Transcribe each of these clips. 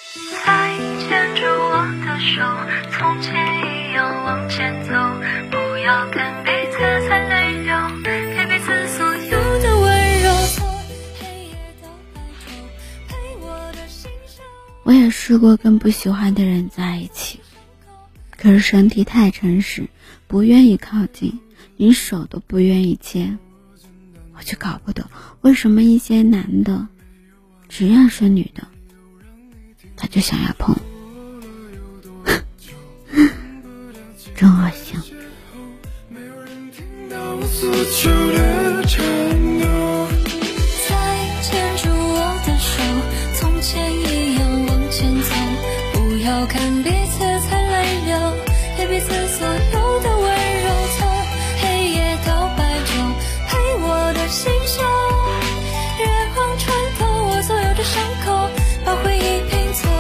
再牵住我的手，从前一样往前走，不要看彼此在泪流，给彼此所有的温柔。 我也试过跟不喜欢的人在一起，可是身体太诚实，不愿意靠近，连手都不愿意牵。我就搞不懂为什么一些男的只要是女的他就想要碰真恶心。 再牵住我的手，从前一样往前走，不要看彼此在泪流，给彼此所有的温柔，从黑夜到白昼，陪我的心胸，月光穿透我所有的伤口，把回忆拼凑。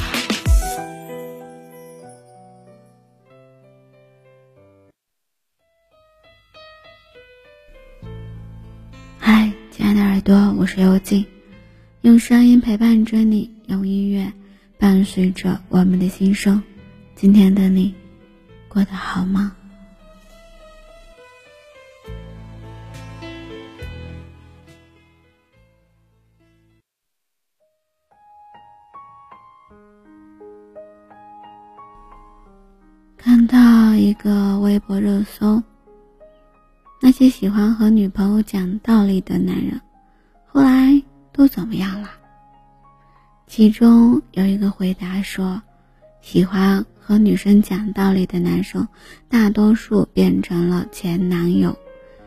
嗨，亲爱的耳朵，我是幽静，用声音陪伴着你，用音乐伴随着我们的心声。今天的你过得好吗？看到一个微博热搜，那些喜欢和女朋友讲道理的男人后来都怎么样了？其中有一个回答说，喜欢和女生讲道理的男生大多数变成了前男友。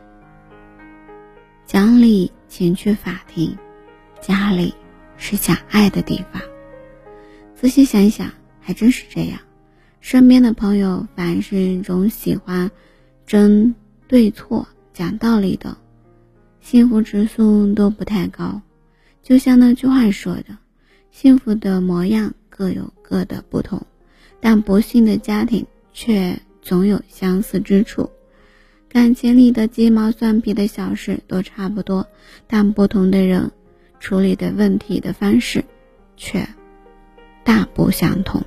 讲理请去法庭，家里是讲爱的地方。仔细想想还真是这样，身边的朋友凡是总喜欢争对错讲道理的，幸福指数都不太高。就像那句话说的，幸福的模样各有各的不同，但不幸的家庭却总有相似之处。感情里的鸡毛蒜皮的小事都差不多，但不同的人处理的问题的方式却大不相同。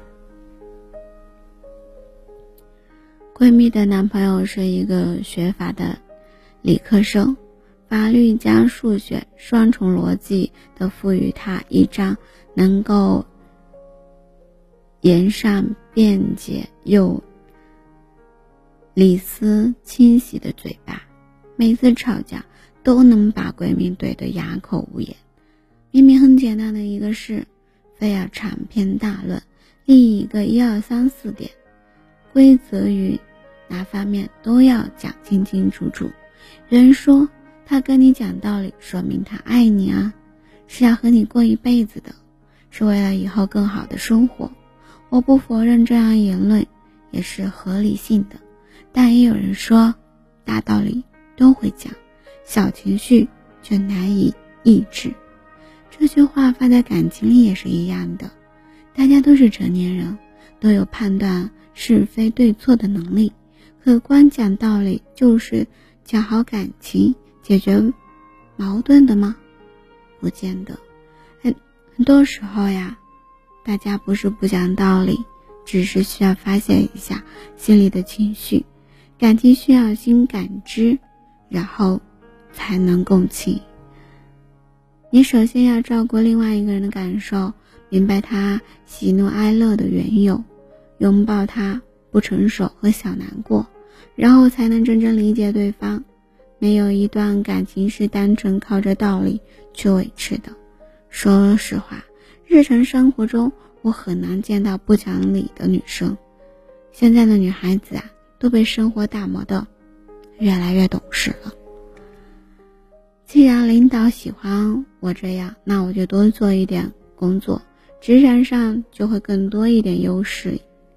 闺蜜的男朋友是一个学法的理科生，法律加数学双重逻辑的赋予他一张能够言上辩解又理思清晰的嘴巴，每次吵架都能把闺蜜怼得哑口无言。明明很简单的一个事，非要长篇大论立一个1、2、3、4点，规则于哪方面都要讲清清楚楚。人说他跟你讲道理，说明他爱你啊，是要和你过一辈子的，是为了以后更好的生活。我不否认这样言论也是合理性的，但也有人说大道理都会讲，小情绪却难以抑制。这句话放在感情里也是一样的，大家都是成年人，都有判断是非对错的能力，可光讲道理就是讲好感情解决矛盾的吗？不见得。很多时候呀，大家不是不讲道理，只是需要发泄一下心里的情绪。感情需要先感知，然后才能共情。你首先要照顾另外一个人的感受，明白他喜怒哀乐的缘由，拥抱他不成熟和小难过，然后才能真正理解对方。没有一段感情是单纯靠着道理去维持的。说实话，日常生活中我很难见到不讲理的女生。现在的女孩子啊，都被生活打磨的越来越懂事了。既然领导喜欢我这样，那我就多做一点工作，职场上就会更多一点优势。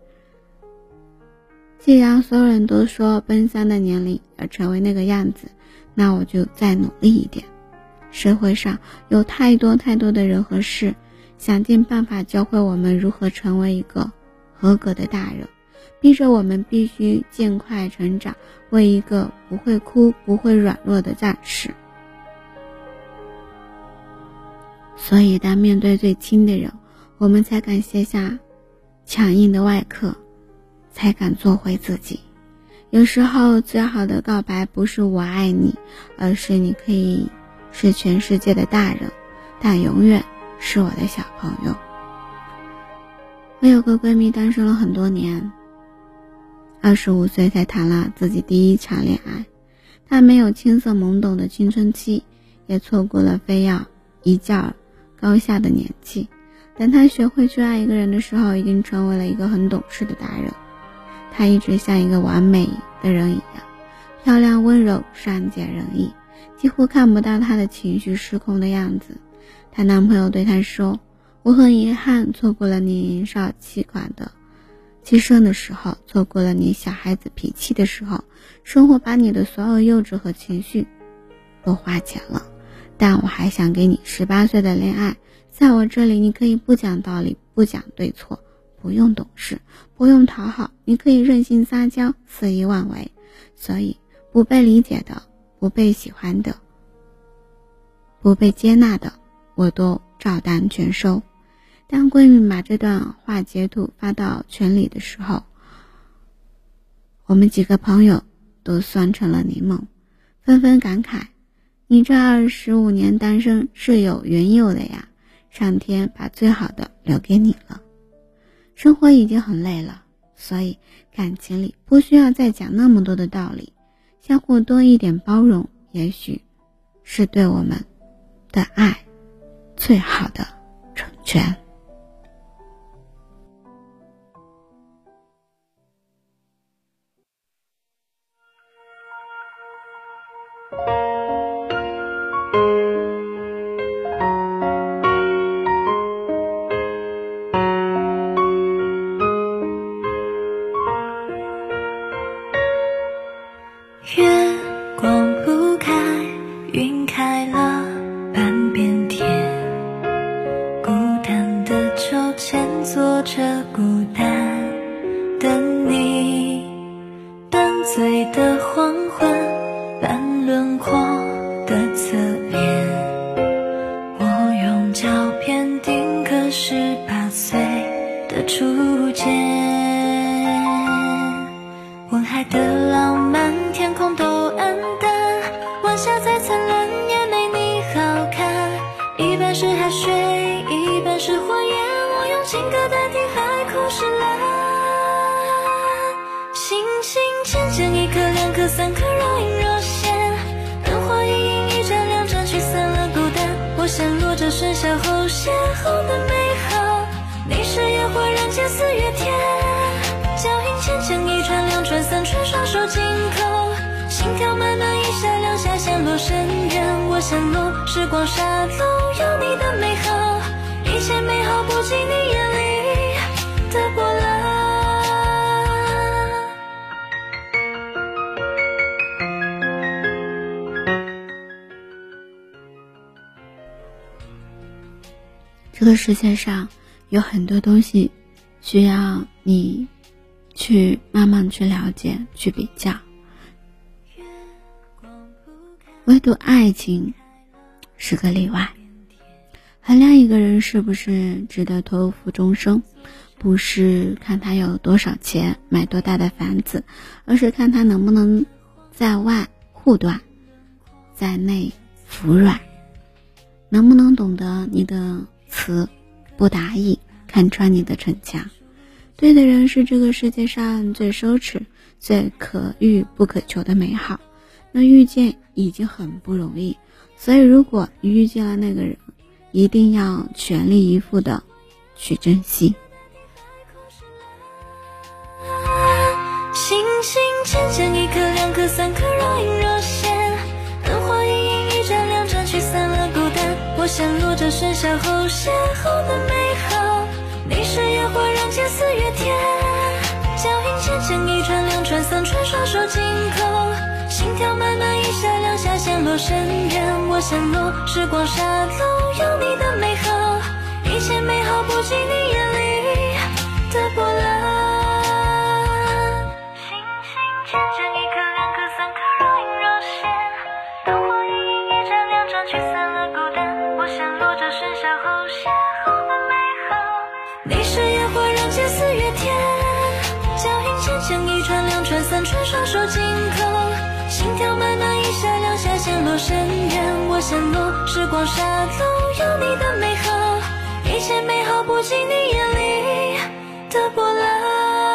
既然所有人都说奔三的年龄要成为那个样子，那我就再努力一点。社会上有太多的人和事，想尽办法教会我们如何成为一个合格的大人，逼着我们必须尽快成长，为一个不会哭不会软弱的战士。所以当面对最亲的人， 我们才敢卸下强硬的外壳，才敢做回自己。有时候最好的告白不是我爱你，而是你可以是全世界的大人，但永远是我的小朋友。我有个闺蜜单身了很多年，25岁才谈了自己第一场恋爱。她没有青涩懵懂的青春期，也错过了非要一较高下的年纪。等她学会去爱一个人的时候，已经成为了一个很懂事的大人。她一直像一个完美的人一样，漂亮温柔善解人意，几乎看不到她的情绪失控的样子。她男朋友对她说，我很遗憾错过了你年少气盛的时候，错过了你小孩子脾气的时候，生活把你的所有幼稚和情绪都花钱了，但我还想给你18岁的恋爱，在我这里你可以不讲道理，不讲对错，不用懂事，不用讨好，你可以任性撒娇，肆意妄为。所以不被理解的，不被喜欢的，不被接纳的，我都照单全收。当闺蜜把这段话截图发到群里的时候，我们几个朋友都酸成了柠檬，纷纷感慨，你这25年单身是有缘由的呀，上天把最好的留给你了。生活已经很累了，所以感情里不需要再讲那么多的道理，相互多一点包容，也许是对我们的爱最好的成全。 月光铺开，晕开了半边天，孤单的秋千坐着孤单的你，淡醉的黄昏，半轮廓的侧脸，我用胶片定格18岁的初见，文海的浪漫，天空都暗淡，晚霞再灿烂也没你好看，一半是海水，一半是火焰，我用情歌代替海枯石烂。星星渐渐一颗两颗三颗若隐若现，灯火一影一盏两盏驱散了孤单，我陷落着盛夏后邂逅的美好，你是烟火人间四月天，脚印浅浅一串两串三串双手紧扣，心跳慢慢一下两下陷落深渊，我陷落时光沙漏有你的美好，一切美好不及你眼里的波澜。 这个世界上有很多东西需要你去慢慢去了解，去比较，唯独爱情是个例外。衡量一个人是不是值得托付终生，不是看他有多少钱，买多大的房子，而是看他能不能在外护短，在内服软，能不能懂得你的词不达意，看穿你的逞强。对的人是这个世界上最奢侈、最可遇不可求的美好，那遇见已经很不容易，所以如果你遇见了那个人，一定要全力以赴的去珍惜。 星星渐渐一颗两颗三颗若隐若现，灯火一影一盏两盏驱散了孤单，我陷落着盛夏后邂逅的美好，你是烟火人间四月天，脚印浅浅一串两串三串双手紧扣，心跳慢慢一下两下陷落深渊，我陷落时光沙漏有你的美好，一切美好不及你眼里的波澜。星星渐渐一颗两颗三颗若隐若现，灯火一影一盏两盏驱散了孤单，我陷落着盛夏后邂逅的美好， 你是烟火人间四月天，脚印浅浅一串两串三串，双手紧扣，心跳慢慢一下两下，陷落深渊，我陷落，时光沙漏，有你的美好，一切美好不及你眼里的波澜。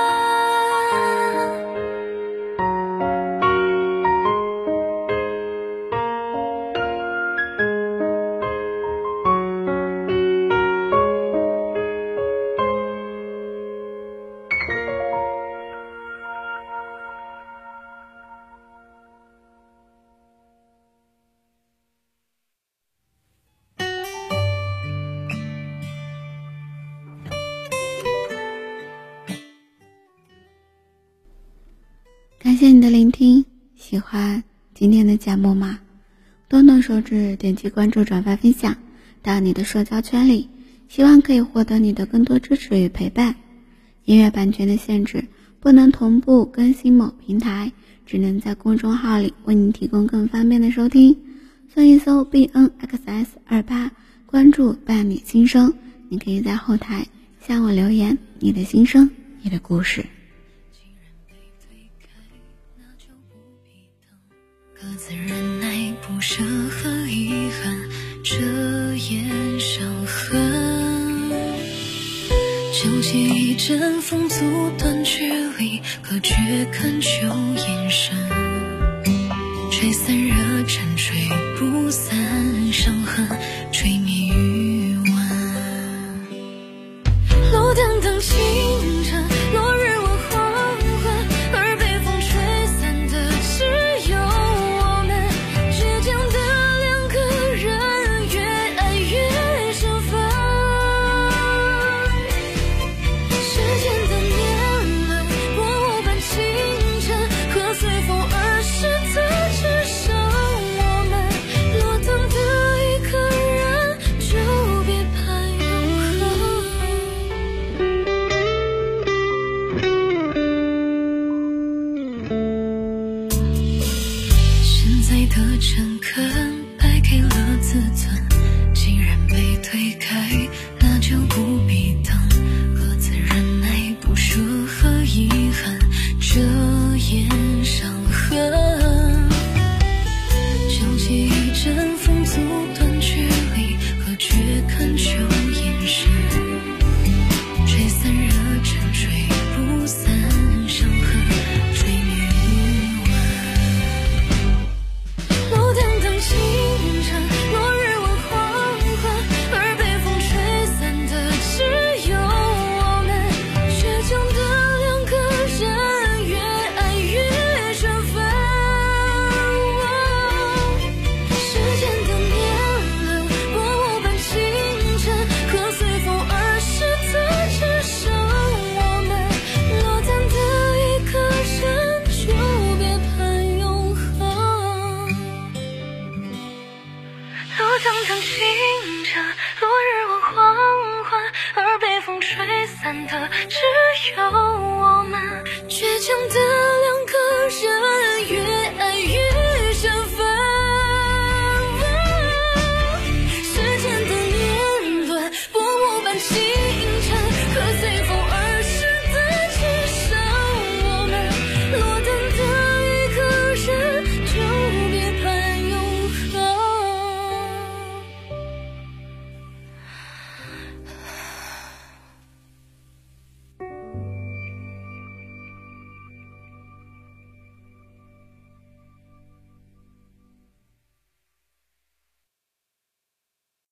感谢你的聆听，喜欢今天的节目吗？动动手指点击关注转发分享到你的社交圈里，希望可以获得你的更多支持与陪伴。音乐版权的限制，不能同步更新某平台，只能在公众号里为你提供更方便的收听。搜一搜 BNXS28， 关注伴你心声，你可以在后台向我留言你的心声，你的故事。 各自忍耐，不舍和遗憾，遮掩伤痕。纠结一阵风阻断距离，隔绝恳求眼神。吹散热忱，吹不散伤痕，吹灭余温。路灯灯清晨，落日晚黄昏，而被风吹散的只有我们。倔强的两个人，越爱越生分。时间的年轮，过我般清晨，和随风而逝的只剩我们。落灯的一个人，就别盼永恒。现在的诚恳败给了自尊，既然被推开，那就不必等。各自忍耐，不舍和遗憾，遮掩伤痕。纠结一阵风阻断距离，隔绝恳求眼神。吹散热忱，吹不散伤痕，吹灭余温。路灯灯清晨，落日晚黄昏，而被风吹散的只有我们。倔强的两个人，越爱越生分。时间的年轮，过我般清晨，和随风而逝的只剩我们。落单的一个人，就别盼永恒。路灯灯清晨，落日晚黄昏，而被风吹散的只有我们。倔强的两个人，越爱